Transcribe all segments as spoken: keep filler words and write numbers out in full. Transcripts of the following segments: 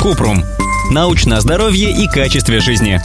Купрум. Научное здоровье и качестве жизни.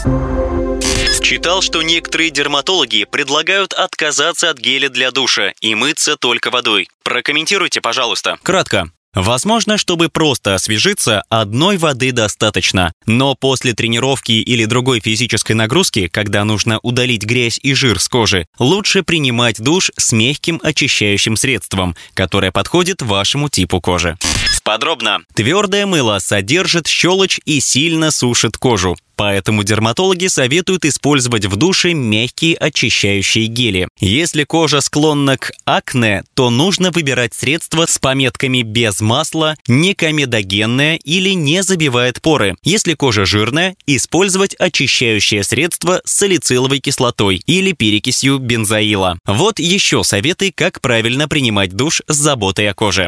Читал, что некоторые дерматологи предлагают отказаться от геля для душа и мыться только водой. Прокомментируйте, пожалуйста. Кратко. Возможно, чтобы просто освежиться, одной воды достаточно. Но после тренировки или другой физической нагрузки, когда нужно удалить грязь и жир с кожи, лучше принимать душ с мягким очищающим средством, которое подходит вашему типу кожи. Подробно. Твердое мыло содержит щелочь и сильно сушит кожу. Поэтому дерматологи советуют использовать в душе мягкие очищающие гели. Если кожа склонна к акне, то нужно выбирать средства с пометками «без масла», «некомедогенное» или «не забивает поры». Если кожа жирная, использовать очищающее средство с салициловой кислотой или перекисью бензоила. Вот еще советы, как правильно принимать душ с заботой о коже.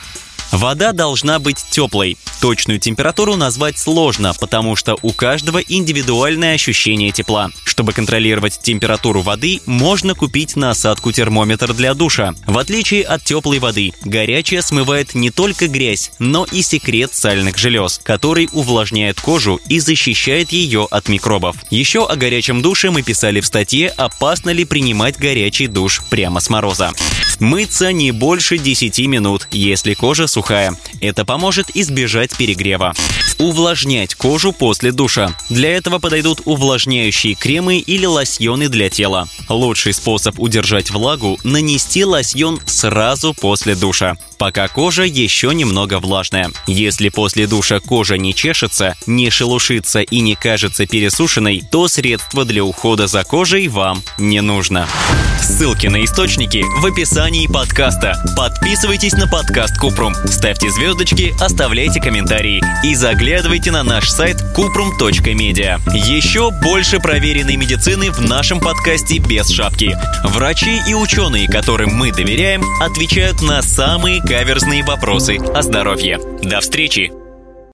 Вода должна быть теплой. Точную температуру назвать сложно, потому что у каждого индивидуальное ощущение тепла. Чтобы контролировать температуру воды, можно купить насадку термометр для душа. В отличие от теплой воды, горячая смывает не только грязь, но и секрет сальных желез, который увлажняет кожу и защищает ее от микробов. Еще о горячем душе мы писали в статье «Опасно ли принимать горячий душ прямо с мороза?». Мыться не больше десяти минут, если кожа сухая. Это поможет избежать перегрева. Увлажнять кожу после душа. Для этого подойдут увлажняющие кремы или лосьоны для тела. Лучший способ удержать влагу – нанести лосьон сразу после душа, пока кожа еще немного влажная. Если после душа кожа не чешется, не шелушится и не кажется пересушенной, то средство для ухода за кожей вам не нужно. Ссылки на источники в описании подкаста. Подписывайтесь на подкаст Купрум, ставьте звездочки, оставляйте комментарии и заглядывайте на наш сайт купрум точка медиа. Еще больше проверенной медицины в нашем подкасте без шапки. Врачи и ученые, которым мы доверяем, отвечают на самые каверзные вопросы о здоровье. До встречи!